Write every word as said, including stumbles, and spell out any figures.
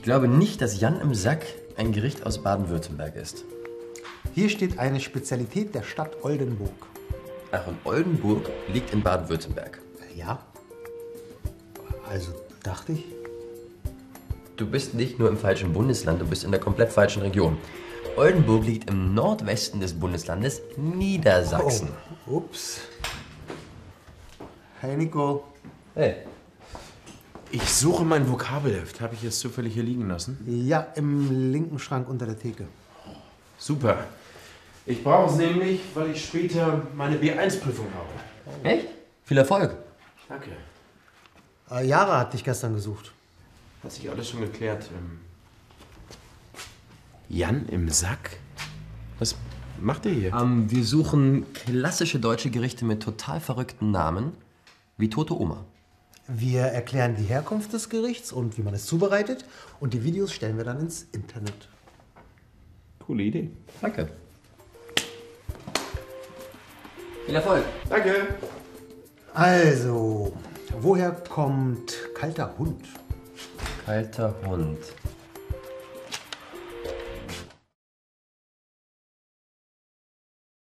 glaube nicht, dass Jan im Sack ein Gericht aus Baden-Württemberg ist. Hier steht eine Spezialität der Stadt Oldenburg. Ach, und Oldenburg liegt in Baden-Württemberg. Ja. Also dachte ich. Du bist nicht nur im falschen Bundesland, du bist in der komplett falschen Region. Oldenburg liegt im Nordwesten des Bundeslandes Niedersachsen. Oh, ups. Hey Nico. Hey. Ich suche mein Vokabelheft. Habe ich es zufällig hier liegen lassen? Ja, im linken Schrank unter der Theke. Super. Ich brauche es nämlich, weil ich später meine B eins Prüfung habe. Echt? Viel Erfolg. Danke. Äh, Jara hat dich gestern gesucht. Hat sich alles schon geklärt. Ähm Jan im Sack? Was macht ihr hier? Ähm, wir suchen klassische deutsche Gerichte mit total verrückten Namen, wie tote Oma. Wir erklären die Herkunft des Gerichts und wie man es zubereitet. Und die Videos stellen wir dann ins Internet. Coole Idee. Danke. Viel Erfolg. Danke. Also, woher kommt kalter Hund? Kalter Hund.